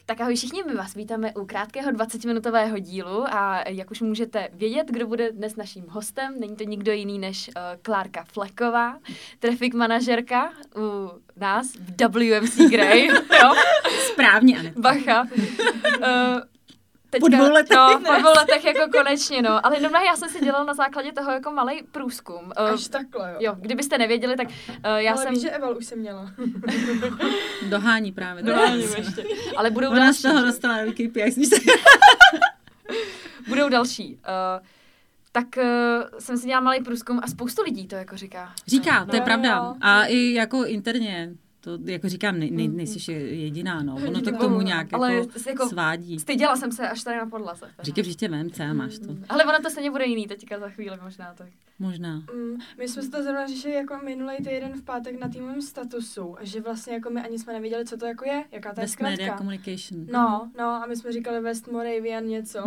Tak ahoj všichni, my vás vítáme u krátkého 20-minutového dílu a jak už můžete vědět, kdo bude dnes naším hostem, není to nikdo jiný než Klárka Flecková, traffic manažerka u nás v WMC Grey, jo? Správně, Anet. Bacha. Teďka, po 2 letech. No, po 2 letech jako konečně, no. Ale jenom já jsem si dělala na základě toho jako malej průzkum. Až takhle, jo. Jo, kdybyste nevěděli, tak já jsem... víš, že Eval už jsem měla. Dohání právě. Doháním ještě. Ale budou Ona další. z toho dostala KPI. Budou další. Tak jsem si dělala malý průzkum a spoustu lidí to jako říká. Říká, to je No, pravda. jo. A i jako interně. To jako říkám, nejsi jediná, no. Ono to k tomu nějak jako svádí. Styděla jsem se až tady na podlaze. Říkej příště VMC, máš to. Ale ono to stejně bude jiný teďka za chvíli možná. Tak. Možná. My jsme se to zrovna řešili jako minulý týden v pátek na týmovém statusu, že vlastně jako my ani jsme nevěděli, co to jako je, jaká to je West Media zkratka. Communication. No, a my jsme říkali West Moravian něco.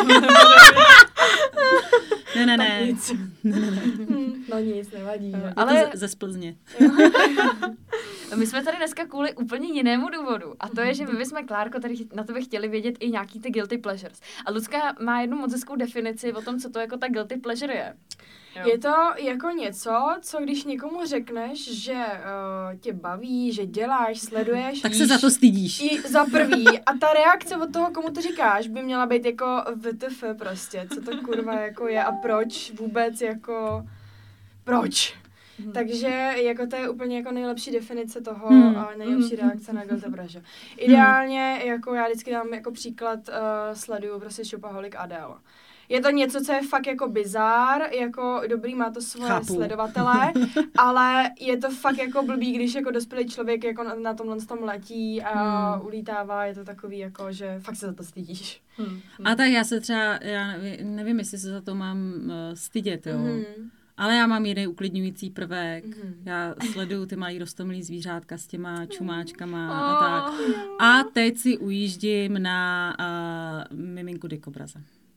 Ne. No nic, nevadí. Ale ze Splzně. my jsme tady dneska kvůli úplně jinému důvodu. A to je, že my bychom, Klárko, tady na tebe chtěli vědět i nějaký ty guilty pleasures. A Lucka má jednu moc hezkou definici o tom, co to jako ta guilty pleasure je. Jo. Je to jako něco, co když někomu řekneš, že tě baví, že děláš, sleduješ, tak se za to stydíš. I za prvý. A ta reakce od toho, komu to říkáš, by měla být jako WTF prostě. Co to kurva jako je a proč vůbec jako... Proč? Takže jako to je úplně jako nejlepší definice toho a nejlepší reakce na guilty pleasure. Ideálně, jako já vždycky dám jako příklad, sleduju prostě Shopaholic Adele. Je to něco, co je fakt jako bizár, jako dobrý, má to svoje sledovatele, ale je to fakt jako blbý, když jako dospělý člověk jako na tomhle tom letí a ulítává, je to takový jako, že fakt se za to stydíš. A tak já nevím, jestli se za to mám stydět, jo. Ale já mám jiný uklidňující prvek. Já sleduju ty malý roztomilý zvířátka s těma čumáčkama a tak. A teď si ujíždím na miminku dikobraze.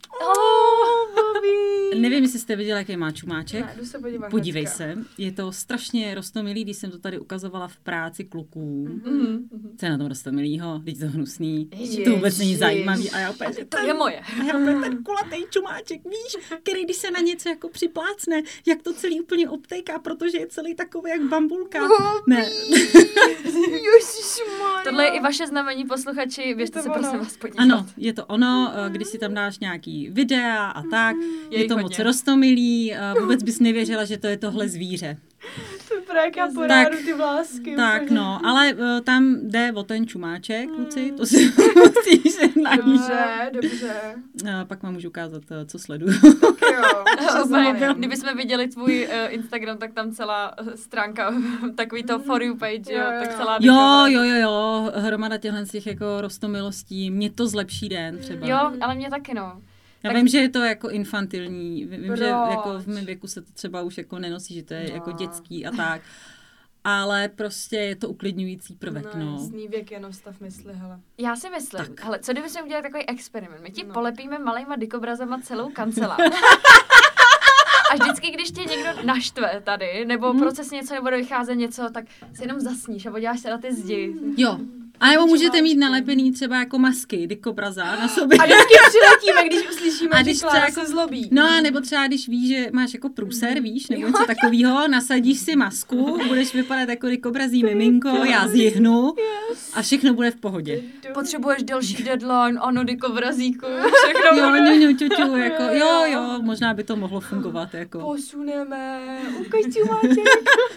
Nevím, jestli jste viděli, jaký má čumáček. Ne, jdu se podívat. Podívej se. Je to strašně roztomilý, když jsem to tady ukazovala v práci kluků. Co je na tom roztomilýho? Teď to hnusný. To vůbec není zajímavý. A já opět, to je moje. A já opět ten kulatý čumáček, víš, který když se na něco jako připlácne, jak to celý úplně obtéká, protože je celý takový jak bambulka. Ne. Tohle je i vaše znamení, posluchači, běžte se prosím vás podívat. Ano, je to ono, když si tam dáš nějaký videa a tak, je to moc roztomilý, vůbec bys nevěřila, že to je tohle zvíře. To je jak já porádu ty vlásky. Tak úplně. No, ale tam jde o ten čumáček, kluci, to si musíš najít. Dobře. Pak vám můžu ukázat, co sleduju. Jo. Kdybychom viděli tvůj Instagram, tak tam celá stránka, takový to for you page, jo, tak celá Jo, hromada těchhle z těch jako roztomilostí, mě to zlepší den třeba. Jo, ale mě taky, no. Já vím, že je to jako infantilní, vím, že jako v mém věku se to třeba už jako nenosí, že to je jako dětský a tak, ale prostě je to uklidňující prvek, no. Sný věk jenom stav mysli, hele. Já si myslím, hele, co kdybychom udělali takový experiment, my ti polepíme malejma dikobrazama celou kancelář. A vždycky, když tě někdo naštve tady, nebo procesně něco nebude vycházet něco, tak si jenom zasníš a podíváš se na ty zdi. Jo. A nebo můžete mít nalepený třeba jako masky, dikobraza na sobě. A vždycky přiletíme, když uslyšíme, že Klára se zlobí. No a nebo třeba, když víš, že máš jako průser, víš, nebo něco takového, nasadíš si masku, budeš vypadat jako dikobrazí miminko, já zjihnu a všechno bude v pohodě. Potřebuješ další deadline, ano, dikobrazíku, všechno bude. Jako, jo, možná by to mohlo fungovat. Jako. Posuneme, ukaž čumáček.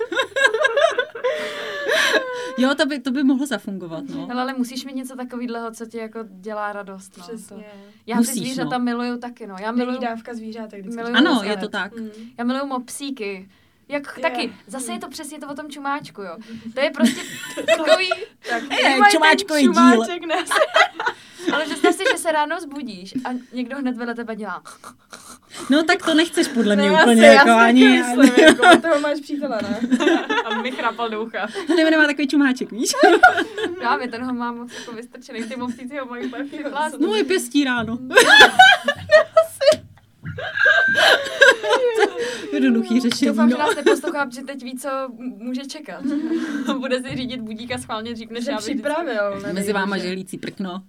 Jo, to by mohlo zafungovat, no. Ale musíš mít něco takového, co ti jako dělá radost, no. Přesně. Já ty zvířata miluju taky, no. Já miluju dávka zvířátek vždycky. Ano, je to tak. Já miluju mopsíky. Taky, zase je to přesně to o tom čumáčku, jo. To je prostě takový... čumáčkový díl. Ale představ si, že se ráno zbudíš a někdo hned vedle tebe dělá. No tak to nechceš podle mě úplně jako ani. Jako, toho máš přítele, ne? A mi chrapal do ucha. Nebo nemá takový čumáček, víš? Právě, ten ho má moc jako vystrčený, ty mopsíci ho mají úplně připlásnout. No je pěstí ráno. Jednoduchý řešení. Doufám, že nás neposlouchá, protože teď ví, co může čekat. Bude si řídit budíka schválně dřív, než já připravil. Mezi váma žehlící prkno.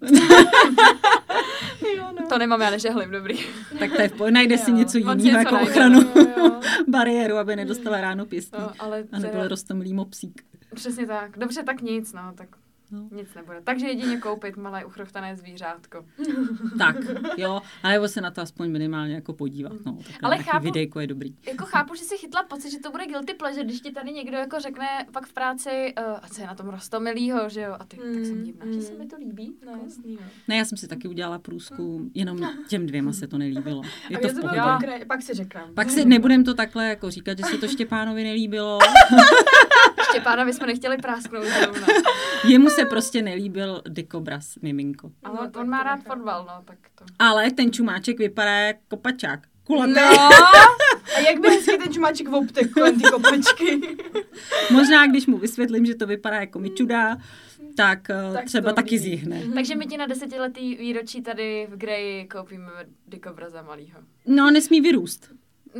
Jo, no. To nemám, já nežehlím, dobrý. Tak to je najde si něco jiného jako ochranu. Bariéru, aby nedostala ráno pěstí. A nebyl roztomilý mopsík. Přesně tak. Dobře, tak nic, no, tak nic nebude. Takže jedině koupit malé uchrochtané zvířátko. Tak, jo, ale nebo se na to aspoň minimálně jako podívat, no. Ale chápu, videjko je dobrý. Jako chápu, že si chytla pocit, že to bude guilty pleasure, když ti tady někdo jako řekne pak v práci, a co je na tom roztomilýho, že jo, a ty, tak jsem divná, že se mi to líbí. No, jasný, no. Ne, já jsem si taky udělala průzkum, jenom těm dvěma se to nelíbilo. Je to v pohodě. Pak si řekám. Pak si nebudem to takhle jako říkat, že se to Štěpánovi nelíbilo. Štěpánovi jsme nechtěli prásknout zrovna. Jemu se prostě nelíbil dikobraz, miminko. Ale on má rád fotbal, no, tak to. Ale ten čumáček vypadá jako kopačák. Kulatý. No. A jak by hezky ten čumáček obtek kolem ty kopačky. Možná, když mu vysvětlím, že to vypadá jako mičuda, tak třeba taky zjihne. Takže my ti na 10letý výročí tady v Greji koupíme dikobraza malýho. No, nesmí vyrůst.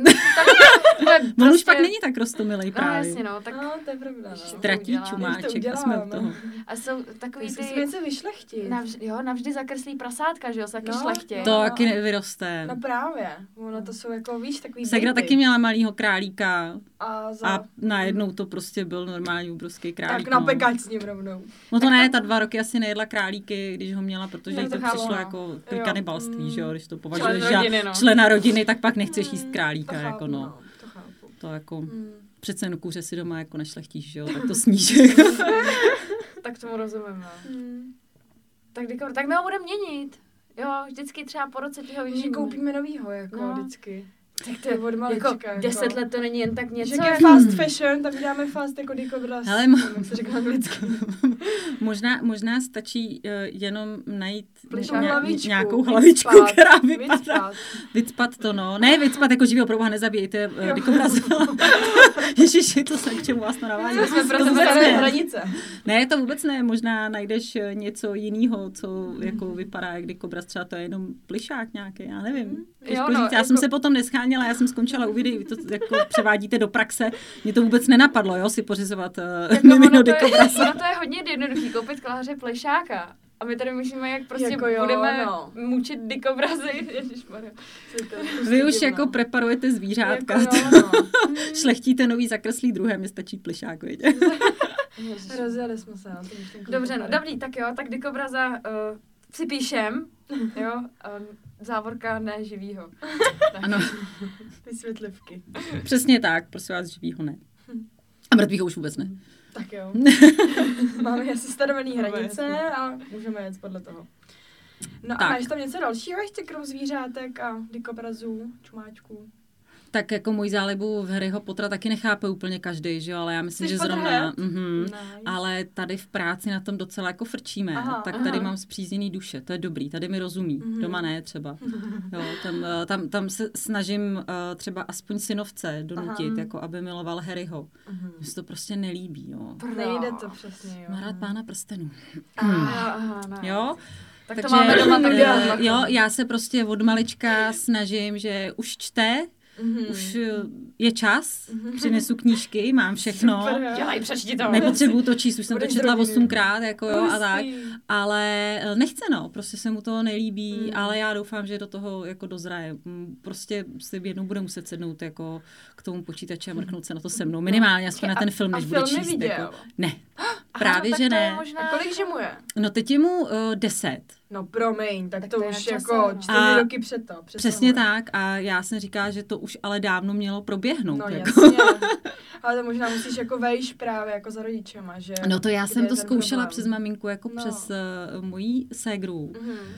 On už pak není tak roztomilej právě. No jasně, no, tak to je pravda. Ztratí čumáček a jsme u toho. A jsou takový ty... Musíme něco vyšlechtit. Navždy zakrslí prasátka, že jo, taky šlechtě. To taky nevyroste. No právě. Ono to jsou jako, víš, takový Segra taky měla malýho králíka a najednou to prostě byl normální obrovský králík. Tak napekač s ním rovnou. No to ne, ta 2 roky asi nejedla králíky, když ho měla, protože jí to přišlo jako kanibalství, že jo, když to považuješ za člena rodiny, tak pak nechceš jíst králíka, jako no. To jako přece jen kůře si doma jako nešlechtíš, že jo, tak to sníš. Tak tomu rozumím, no. Tak my ho budeme měnit. Jo, vždycky třeba po roce těho vyměníme. Že koupíme novýho, jako vždycky. Tak to je od malička, jako 10 let to není jen tak něco. Že je fast fashion, tak děláme fast jako dikobraz. Hele, jak se říká anglicky. možná stačí jenom najít nějakou hlavičku, která vypadá. Vycpat to, no. Ne, vycpat jako živýho proboha, nezabijejte dikobraz. Ježiši, to se k čemu vás to navádí. Jsme prostě staré hranice. Ne, to vůbec ne. Možná najdeš něco jiného, co jako vypadá jak dikobraz. Třeba to je jenom plišák nějaký, já nevím. Já jsem se potom nescháněla, já jsem skončila u videí, vy to jako převádíte do praxe. Mě to vůbec nenapadlo, jo, si pořizovat mimino dikobraz. Ono to je hodně jednoduchý, koupit Kláře plišáka. A my tady můžeme, jak prostě jako budeme mučit dikobrazy. Ježišmarja. Vy už jako preparujete zvířátka. Šlechtíte nový zakreslý druhé, mi stačí plišák, víte. Rozjeli jsme se. Dobře, no, dobrý, tak jo, tak dikobraza si píšem, jo, závorka ne živýho. Ano. Vysvětlivky. Přesně tak, prosím vás, živýho ne. A mrtvýho už vůbec ne. Tak jo. Máme asi stanovený hranice a můžeme jet podle toho. No tak. A máš tam něco dalšího ještě krom zvířátek a dikobrazů, čumáčků? Tak jako můj zálibu v Harryho Pottera taky nechápe úplně každý, že jo, ale já myslím, že zrovna, nice. Ale tady v práci na tom docela jako frčíme, tady mám spřízněný duše, to je dobrý, tady mi rozumí, doma ne třeba, jo, tam se snažím třeba aspoň synovce donutit, jako aby miloval Harryho, mně se to prostě nelíbí, jo. Nejde to přesně, jo. Má rád Pána prstenů. Jo? Tak to máme doma tak jo, já se prostě od malička snažím, že už čte, už je čas, přinesu knížky, mám všechno. Super, dělaj, přečti to. Nepotřebuju to číst, už jsem to četla 8krát, jako jo, a tak. Ale nechce, no, prostě se mu to nelíbí, ale já doufám, že do toho jako dozraje. Prostě si jednou bude muset sednout jako k tomu počítači a mrknout se na to se mnou. Minimálně aspoň na ten film, než bude číst. Jako. Ne, právě, že ne. Možná... A kolik že mu je? No teď je mu 10. No promiň, tak to už jako 4 roky před to. Přesně tak a já jsem říkala, že to už ale dávno mělo proběhnout. No jako. jasně, ale to možná musíš jako vejš právě jako za rodičema, že... No to já jsem to zkoušela přes maminku, jako přes mojí ségru.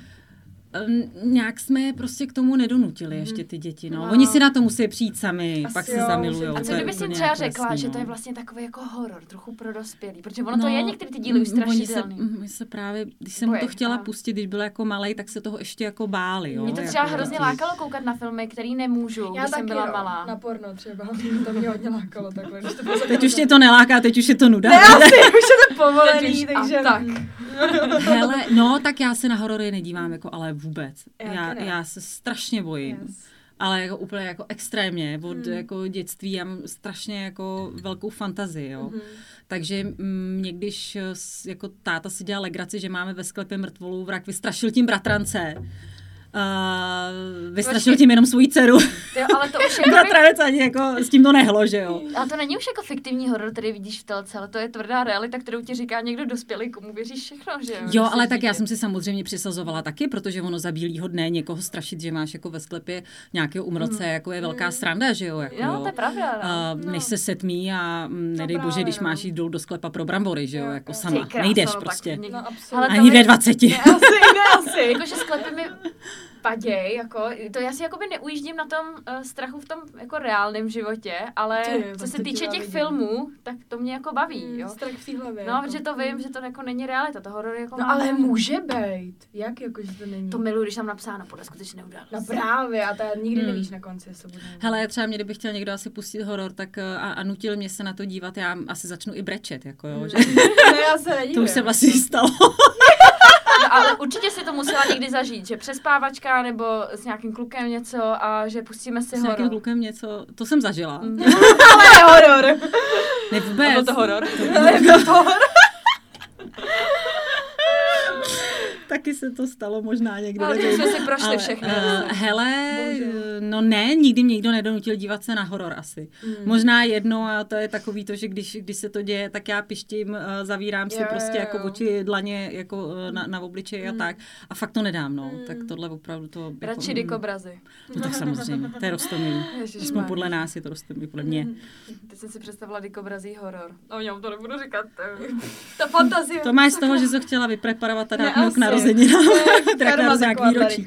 Nějak jsme je prostě k tomu nedonutili ještě ty děti, no. Oni si na to musí přijít sami, pak se zamilujou. A co kdyby si třeba řekla, že to je vlastně takový jako horor, trochu pro dospělý, protože ono to je, některé ty díly už strašidelný. My se právě, když jsem mu to chtěla pustit, když byl jako malej, tak se toho ještě jako báli, jo. Mě to třeba hrozně lákalo koukat na filmy, který nemůžu, když jsem byla malá. Na porno třeba, to mě hodně lákalo takhle. Teď už tě to neláká, teď už je to nuda. Ne, asi, už je to povolený, takže... Tak. Hele, no, tak já se na horory nedívám, jako ale vůbec. Já se strašně bojím. ale jako úplně jako extrémně od jako dětství. Já mám strašně jako velkou fantazii, jo. Takže mě, když jako táta si dělal legraci, že máme ve sklepě mrtvolu, vrak vystrašil tím bratrance. Vystrašil tím jenom svou dceru. Jo, ale to už jako Bratranec ani jako s tím to nehlo, že jo. Ale to není už jako fiktivní horor, který vidíš v telce, ale to je tvrdá realita, kterou ti říká někdo dospělý, komu věříš všechno, že jo. Jo, ale tak já jsem si samozřejmě přisazovala taky, protože ono za bílýho dne někoho strašit, že máš jako ve sklepě nějakého umrtce, jako je velká sranda, že jo. Jako, jo, to je pravda. No. Než se setmí a nedej bože, když máš jít dolů do sklepa pro brambory, že jo, jako sama. Krása, Nejdeš no, prostě. Ani ve 20. Ne, asi. Jakože sklepy mi paděj, jako, to já si jakoby neujíždím na tom strachu v tom jako reálném životě, ale co se týče těch filmů, tak to mě jako baví, jo. Strach v té hlavě. No, protože to vím, že to jako není realita, to horor jako no, ale může být. Jak jako, že to není? To miluji, když tam napsáno podle skutečné události. No právě, a to nikdy nevíš na konci, jestli bude. Hele, třeba mě, kdyby chtěl někdo asi pustit horor, tak a nutil mě se na to dívat, já asi začnu i brečet, jako jo, že? No, já se nedívám. To už se vlastně stalo. No, ale určitě si to musela někdy zažít, že přespávačka nebo s nějakým klukem něco a že pustíme si horor. S nějakým klukem něco, to jsem zažila. Ale je horor. Ne vůbec. A byl to horor? Byl to horor. Taky se to stalo možná někdy. Ale jsme si prošli všechny. Hele, no ne, nikdy mě nikdo nedonutil dívat se na horor asi. Možná jedno a to je takový to, že když se to děje, tak já pištím, zavírám si prostě jako oči, dlaně jako na obličeji a tak. A fakt to nedám, no. Tak tohle opravdu to... Radši dikobrazy. No tak samozřejmě, to je roztomilý. Aspoň podle nás je to roztomilý, podle mě. Teď jsem si představila dikobrazí horor. No, já to nebudu říkat. Ta fantazie. To máš z toho, že jsi chtěla vypreparovat a dát mi k narozeninám. Teda k narozeninám k výročí.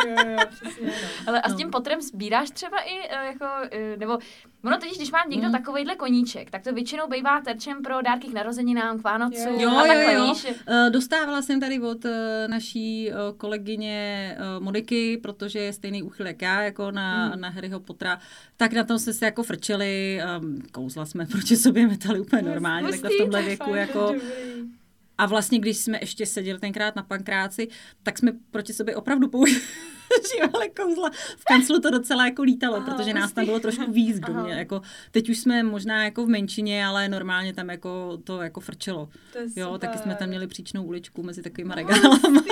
Ale a s tím potrem sbíráš třeba i jako, nebo ono totiž, když má někdo takovejhle koníček, tak to většinou bývá terčem pro dárky k narozeninám, k Vánocům a takhle, víš. Dostávala jsem tady od naší kolegyně Moniky, protože je stejný úchyl jak já, jako na Harryho Pottera, tak na tom jsme se jako frčeli, kouzla jsme proti sobě metali úplně normálně, takhle v tomhle věku, jako... A vlastně, když jsme ještě seděli tenkrát na pankráci, tak jsme proti sobě opravdu používali kouzla. V kanclu to docela jako lítalo, protože nás tam bylo trošku víc v domě. Jako, teď už jsme možná jako v menšině, ale normálně tam jako to jako frčelo. Jo, taky jsme tam měli příčnou uličku mezi takovýma regálama.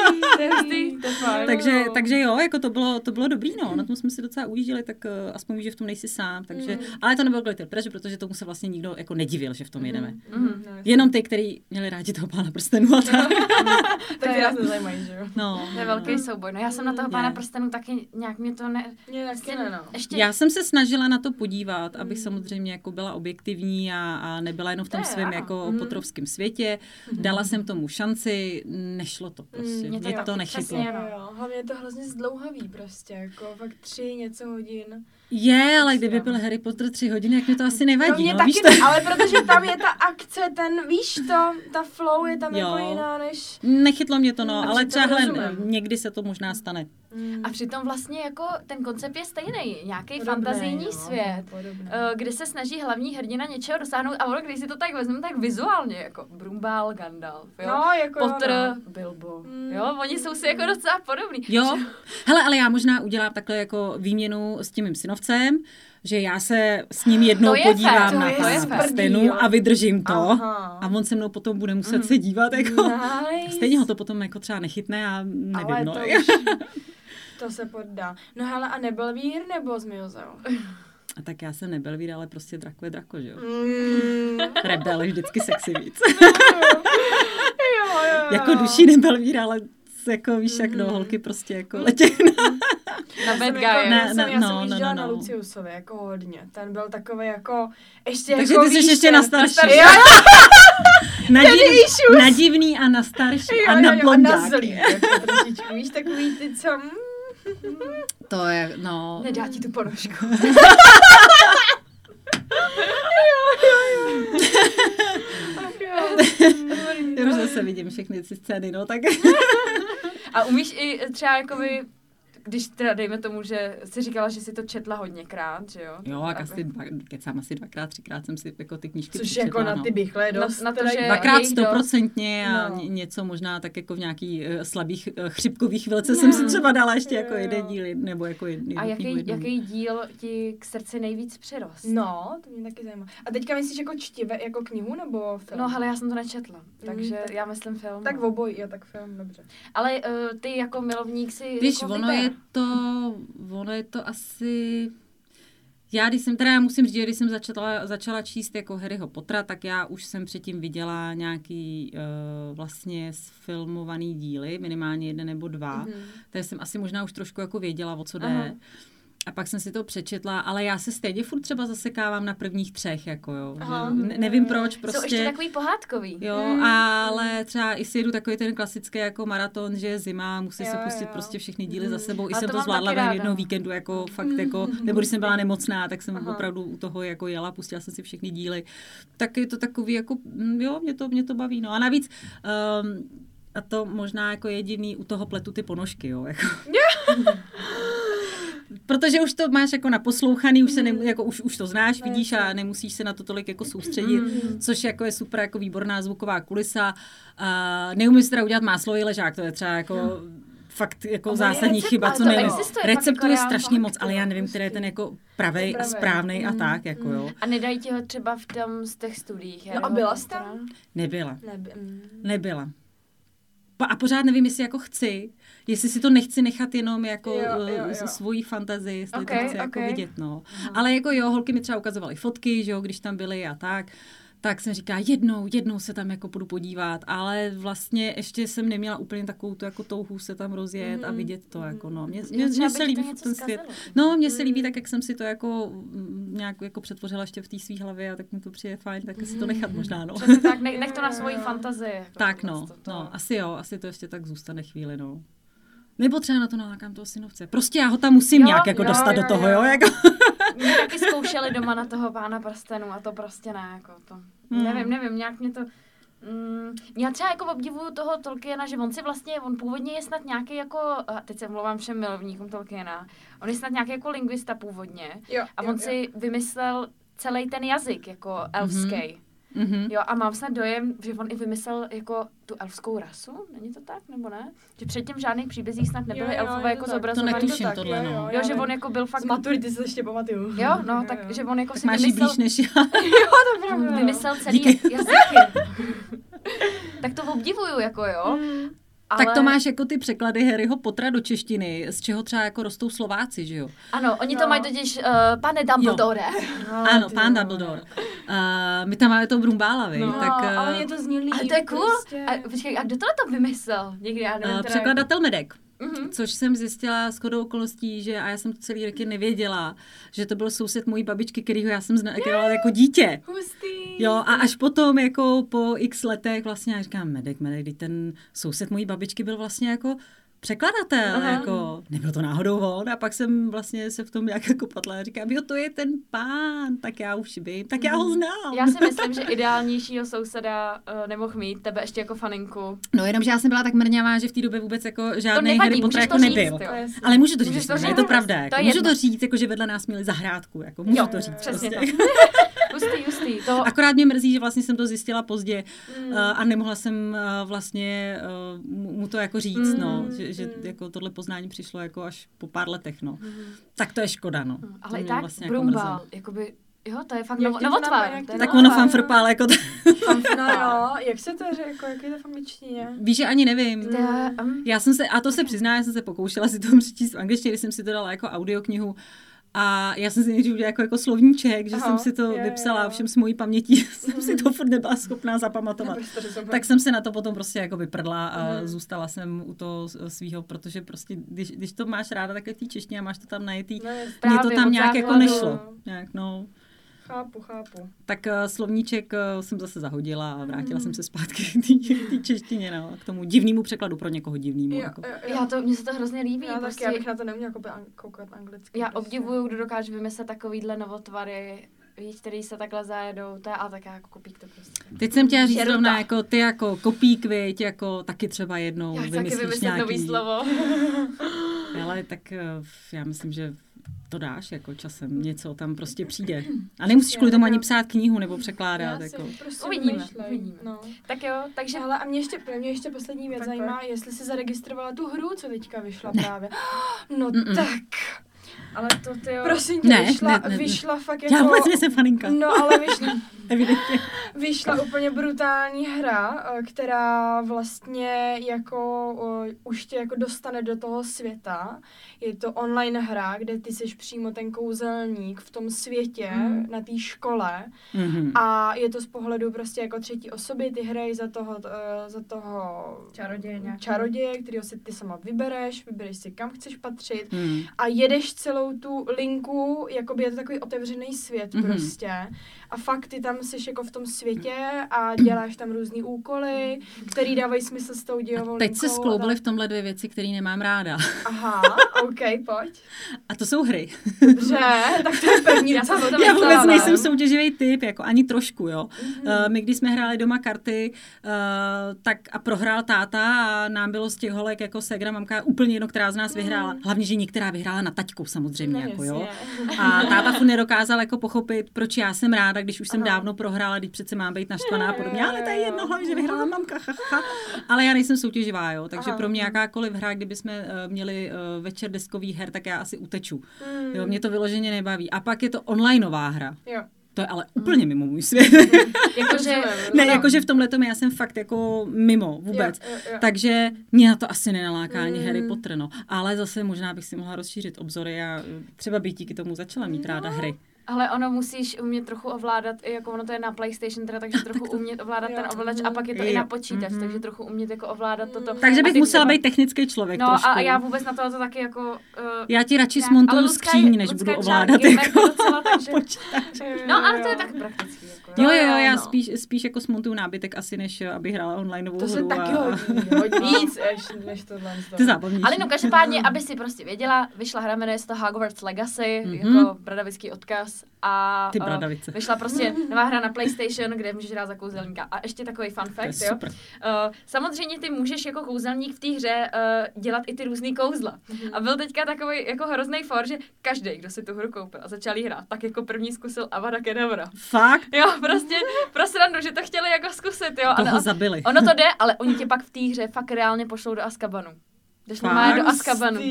takže jo, jako to bylo dobrý, no. Na tom jsme si docela ujížděli, tak aspoň víš, že v tom nejsi sám. Takže, ale to nebylo kvůli pressure, protože tomu se vlastně nikdo jako nedivil, že v tom jedeme. Jenom ty, kteří měli rádi toho Pána prstenů a tak. Tak ty nás nezajímají, že jo? No, to je velký souboj. No já jsem na toho Pána prstenů taky nějak mě to ne... Já jsem se snažila na to podívat, abych samozřejmě jako byla objektivní a nebyla jenom v tom svém jako potrovském světě. Dala jsem tomu šanci, nešlo to prostě. Mě to nechytlo. Hlavně je to hrozně zdlouhavý prostě, jako fakt 3 něco hodin. Je, ale kdyby byl Harry Potter 3 hodiny, jak mě to asi nevadí. No mě no, taky víš ne, ale protože tam je ta akce, víš to, ta flow je tam jako jiná než... Nechytlo mě to, no, ale třeba někdy se to možná stane. A přitom vlastně jako ten koncept je stejný, nějaký fantazijní svět, kde se snaží hlavní hrdina něčeho dosáhnout a ono, když si to tak vezmeme, tak vizuálně, jako Brumbál, Gandalf, jo? No, jako Potter, Bilbo, jo? Oni jsou si jako docela podobný. Jo, hele, ale já možná udělám takhle jako výměnu s tím mým synovcem, že já se s ním jednou podívám na Pána prstenů a vydržím to. Aha. A on se mnou potom bude muset se dívat, jako. Stejně ho to potom jako třeba nechytne a nevím, ale no. To se poddá. No hele, a Nebelvír nebo Zmiozel? A tak já jsem Nebelvír, ale prostě Drako je Drako, že jo? Rebel je vždycky sexy víc. jo. Jako duší Nebelvír, ale jako víš, jak do holky prostě jako letějí na bad guy. Já jsem jížděla na Luciusovi, jako hodně. Ten byl takový jako, ještě takže jako ty jsi ještě na starší. Na divný a na starší a na blondák. A na zlý, jako trošičku, víš, takový ty, co... To je, no... Nedá ti tu ponožku. Já už zase vidím všechny ty scény, no tak... A umíš i třeba jakoby když teda dejme tomu, že jsi říkala, že si to četla hodněkrát, že jo? Jo, a asi dvakrát, třikrát jsem si jako ty knížky což přečetla, jako na ty bychle dost. Na to, že dvakrát 100% a něco možná tak jako v nějaký slabých chřipkových chvilce jsem si třeba dala ještě jako jeden díl, nebo jako jedný. A jaký díl ti k srdci nejvíc přirost? No, to mě taky zajímá. A teďka myslíš jako čtivé, jako knihu nebo film? No, hele, já jsem to nečetla, takže já myslím film. Tak obojí, jo, tak film, dobře. Ale ty jako milovník si víš, jako ono je to asi... Já musím říct, že když jsem začala číst jako Harryho Pottera, tak já už jsem předtím viděla nějaký vlastně sfilmovaný díly, minimálně 1 nebo 2, takže jsem asi možná už trošku jako věděla, o co jde. Aha. A pak jsem si to přečetla, ale já se stejně furt třeba zasekávám na prvních 3, jako jo. Nevím proč, prostě. Jsou ještě takový pohádkový. Jo, ale třeba i si jedu takový ten klasický jako maraton, že je zima, musí se pustit prostě všechny díly za sebou. I jsem to zvládla v jednou víkendu, jako fakt jako, nebo když jsem byla nemocná, tak jsem opravdu u toho jako jela, pustila jsem si všechny díly. Tak je to takový jako, jo, mě to baví, no. A navíc, a to možná jako jediný u toho pletu ty ponožky, jo, jako. Protože už to máš jako naposlouchaný, už se jako už to znáš, vidíš a nemusíš se na to tolik jako soustředit, což jako je super jako výborná zvuková kulisa. Neumím si teda udělat máslový ležák, to je třeba jako fakt jako zásadní chyba, co nevím. Receptu je strašně moc, ale já nevím, který je ten jako pravej a správnej a tak, jako jo. A nedají ti ho třeba v tom z těch studiích? No a byla jsi tam? Nebyla. A pořád nevím, jestli jako chci, jestli si to nechci nechat jenom jako svojí fantazii, jestli to chci jako vidět, no. Ale jako jo, holky mi třeba ukazovaly fotky, že jo, když tam byly a tak jsem říkala, jednou se tam jako půjdu podívat, ale vlastně ještě jsem neměla úplně takovou tu jako touhu se tam rozjet a vidět to, jako no. Mně se líbí ten svět. No, mně se líbí tak, jak jsem si to jako nějak jako přetvořila ještě v té svý hlavě a tak mi to přijde fajn, tak si to nechat možná, no. Přesně tak, nech to na svoji fantazii. Jako tak no, asi to ještě tak zůstane chvíli, no. Nebo třeba na to nalákám toho synovce. Prostě já ho tam musím nějak jako dostat do toho, jo, jako. Mě taky zkoušeli doma na toho Pána prstenů a to prostě ne, jako to. Nevím, nějak mě to... Já třeba jako obdivuju toho Tolkiena, že on původně je snad nějaký jako, teď se mluvám všem milovníkům Tolkiena, on je snad nějaký jako lingvista původně a on si vymyslel celý ten jazyk jako elfský. Jo, a mám snad dojem, že on i vymyslel jako tu elfskou rasu, není to tak, nebo ne? Že předtím v žádných příbězích snad nebyly elfové jako zobrazované. To netuším tohle, no. Jo, že on jako byl fakt... Z maturity se ještě pamatuju. Jo, no, tak, že on jako si máš vymyslel... blíž než já. Jo, to pravda. Vymyslel celý jazyky. Tak to obdivuju, jako jo. Ale... Tak to máš jako ty překlady Harryho Pottera do češtiny, z čeho třeba jako rostou Slováci, že jo? Ano, oni to mají totiž, pane Dumbledore. Ano, pán Dumbledore. My tam máme toho Brumbála, vy. No, tak, ale mě to zní líp. Ale to je cool. Prostě. A kdo to vymyslel? Někdy já nevím. Překladatel Medek. Což jsem zjistila shodou okolností, že a já jsem to celý roky nevěděla, že to byl soused mojí babičky, kterýho já jsem znala jako dítě. Hustý. Jo, a až potom jako po x letech vlastně já říkám, Medek, když ten soused mojí babičky byl vlastně jako překladatel, jako, nebyl to náhodou on, a pak jsem vlastně se v tom nějak jako patla a říkám, jo, to je ten pán, tak já už vím, tak já ho znám. Já si myslím, že ideálnějšího souseda nemohl mít, tebe ještě jako faninku. No jenom, že já jsem byla tak mrňavá, že v té době vůbec jako žádný Harry Potter jako nebyl. Ale můžu to říct, je to pravda, jako, můžu to říct, jako, že vedle nás měli zahrádku, jako, můžu to říct. Přesně prostě. Hustý. To... Akorát mě mrzí, že vlastně jsem to zjistila pozdě a nemohla jsem vlastně mu to jako říct, no, že jako tohle poznání přišlo jako až po pár letech, no. Tak to je škoda, no. Ale i tak vlastně Brumbál, jako jakoby, jo, to je fakt novotvar. Tak ono fanfrpá, ale jako... No jo, jak se to řekl, jako, jak je to v angličtině? Víš, že ani nevím. Já jsem se, a to se přiznám, já jsem se pokoušela si to přečíst v angličtině, když jsem si to dala jako audioknihu. A já jsem si nejdřív udělala jako slovníček, že jsem si to vypsala, všem s mojí pamětí jsem si to furt nebyla schopná zapamatovat. Tak jsem se na to potom prostě jako vyprdla a zůstala jsem u toho svýho, protože prostě, když to máš ráda takhle v té češtině a máš to tam najetý, mně to tam nějak jako nešlo. Nějak, no. Chápu. Tak slovníček jsem zase zahodila a vrátila jsem se zpátky k té češtině, no, k tomu divnému překladu, pro někoho divnému. Jako. Mně se to hrozně líbí. Já prostě, já bych na to neměla koukat anglicky. Já obdivuju, kdo dokáže vymyslet takovýhle novotvary, víš, který se takhle zajedou, to je ale tak jako Kopík to prostě. Teď jsem chtěla říct rovná, jako ty jako Kopík, viď, jako taky třeba jednou vymyslíš nějaký. Nový slovo. Ale tak já myslím, že to dáš jako časem, něco tam prostě přijde. A nemusíš kvůli tomu ani psát knihu nebo překládat. Jako. Prostě Uvidíme. No. Tak jo, takže... Ale a mě ještě poslední věc zajímá, jestli jsi zaregistrovala tu hru, co teďka vyšla právě. No tak. Ale to ty jo... Prosím tě, vyšla fakt jako... Já vůbec nejsem faninka. No, ale Evidentně. Vyšla úplně brutální hra, která vlastně jako už tě jako dostane do toho světa. Je to online hra, kde ty jsi přímo ten kouzelník v tom světě, na té škole. A je to z pohledu prostě jako třetí osoby, ty hraješ za toho čaroděje, kterýho si ty sama vybereš si kam chceš patřit a jedeš celou tu linku, jakoby je to takový otevřený svět prostě. A fakt ty tam jsi jako v tom světě a děláš tam různý úkoly, který dávají smysl s tou dějovou linkou. Teď se skloubily v tomhle 2 věci, které nemám ráda. Aha, OK, pojď. A to jsou hry. Dobře, tak to je první. Já vůbec nejsem soutěživý typ, jako ani trošku, jo. My, když jsme hráli doma karty, tak a prohrál táta a nám bylo z těch holek jako ségra, mamka úplně jedno, která z nás vyhrála. Hlavně, že některá vyhrála na taťkou samozřejmě, jako jo. A táta furt nedokázal jako pochopit, proč já jsem ráda, když už jsem dávno prohrála, když přece mám být naštvaná a podobně. Ale to je jedno, hlavně, že vyhrála mamka, Ale já nejsem soutěživá, jo. Takže pro mě jakákoliv hra, kdyby jsme měli večer deskových her, tak já asi uteču. Jo, mě to vyloženě nebaví. A pak je to onlineová hra. Jo. To je ale úplně mimo můj svět. Jakože v tomhletom já jsem fakt jako mimo vůbec. Jo. Takže mě na to asi nenaláká ani Harry Potter, no. Ale zase možná bych si mohla rozšířit obzory a třeba bych díky tomu začala mít ráda hry. Ale ono musíš umět trochu ovládat, jako ono to je na PlayStation teda, takže trochu umět ovládat ten ovladač a pak je to i na počítač, takže trochu umět jako ovládat toto. Takže bych musela být technický člověk trošku. No a já vůbec na to taky jako... já ti radši smontuju skříň, než budu ovládat jako docela, takže... No ale to je tak praktický. Jako, jo, já spíš jako smontuju nábytek asi, než aby hrála onlineovou hru. To se taky hodí víc, než tohle. Ty zábavnější. Ale no každopádně, aby si prostě věděla, vyšla hra, jmenuje se to Hogwarts Legacy, jako bradavický odkaz. A vyšla prostě nová hra na PlayStation, kde můžeš hrát za kouzelníka. A ještě takový fun fact, jo. Samozřejmě ty můžeš jako kouzelník v té hře dělat i ty různý kouzla. A byl teďka takový jako hrozný for, že každý, kdo si tu hru koupil a začal jí hrát, tak jako první zkusil Avada Kedavra. Fakt? Jo, prostě pro srandu, že to chtěli jako zkusit, jo. Toho zabili. Ono to jde, ale oni tě pak v té hře fakt reálně pošlou do Azkabanu. Jdeš normálně do Azkabanu.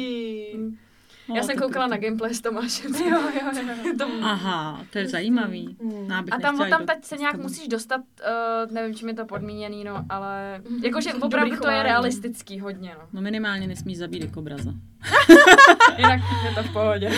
Já jsem koukala na gameplay s Tomášem. Jo. Aha, to je zajímavý. A tam teď se nějak musíš dostat, nevím, čím je to podmíněný, no, ale jakože opravdu to je realistický hodně, no. No minimálně nesmíš zabít Ekobraza. Jinak je to v pohodě.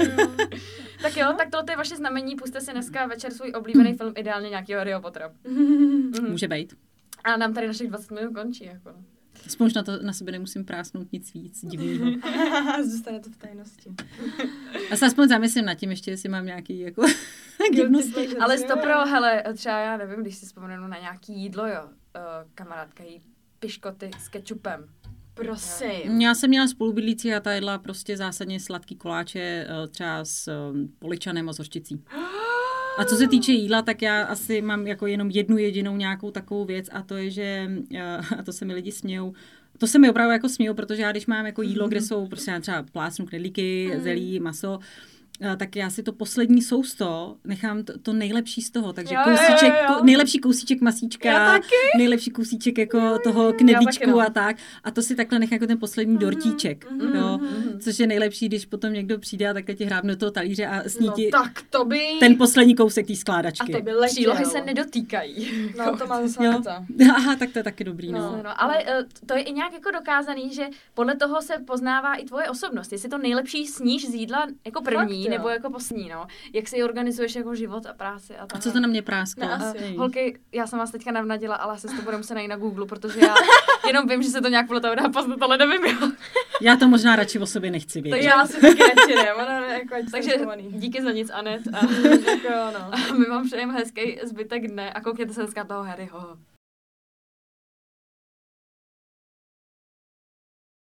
Tak jo, tak tohle je vaše znamení, puste si dneska večer svůj oblíbený film, ideálně nějakýho Harryho Pottera. Může být. A nám tady našich 20 minut končí, jako. Aspoň na sebe nemusím prásnout nic víc divného. Zůstane to v tajnosti. Já se aspoň zamyslím nad tím ještě, jestli mám nějaký jako divnosti. Ale stopro, hele, třeba já nevím, když si vzpomenu na nějaký jídlo, jo, kamarádka jí piškoty s kečupem. Prosím. Já jsem měla spolubydlící a ta jedla prostě zásadně sladký koláče, třeba s poličanem a s hořčicí. A co se týče jídla, tak já asi mám jako jenom jednu jedinou nějakou takovou věc a to je, že, a to se mi lidi smějou, to se mi opravdu jako smějou, protože já když mám jako jídlo, kde jsou prostě třeba plácnu knedlíky, zelí, maso, tak já si to poslední sousto nechám to nejlepší z toho, takže kousíček, nejlepší kousíček masíčka, nejlepší kousíček jako toho knedlíčku a tak. A to si takhle nechám jako ten poslední dortíček, jo, což je nejlepší, když potom někdo přijde a takhle ti hrábne do toho talíře a sníti ten poslední kousek té skládačky. A to by přílohy se nedotýkají. No to má zase to. Aha, tak to je taky dobrý, no. Ale to je i nějak jako dokázaný, že podle toho se poznává i tvoje osobnost. Jestli to nejlepší sníš z jídla jako první, nebo jako poslední, no. Jak si organizuješ jako život a práci a tak. A co to na mě prásklo? Holky, já jsem vás teďka navnadila, ale se to budu muset najít na Google, protože já jenom vím, že se to nějak podle toho dá poznat, ale nevím, jo. Já to možná radši o sobě nechci vědět. Takže já si taky radši ne, takže díky za nic, Anet. A my vám přejeme hezký zbytek dne a koukněte se dneska toho Harryho.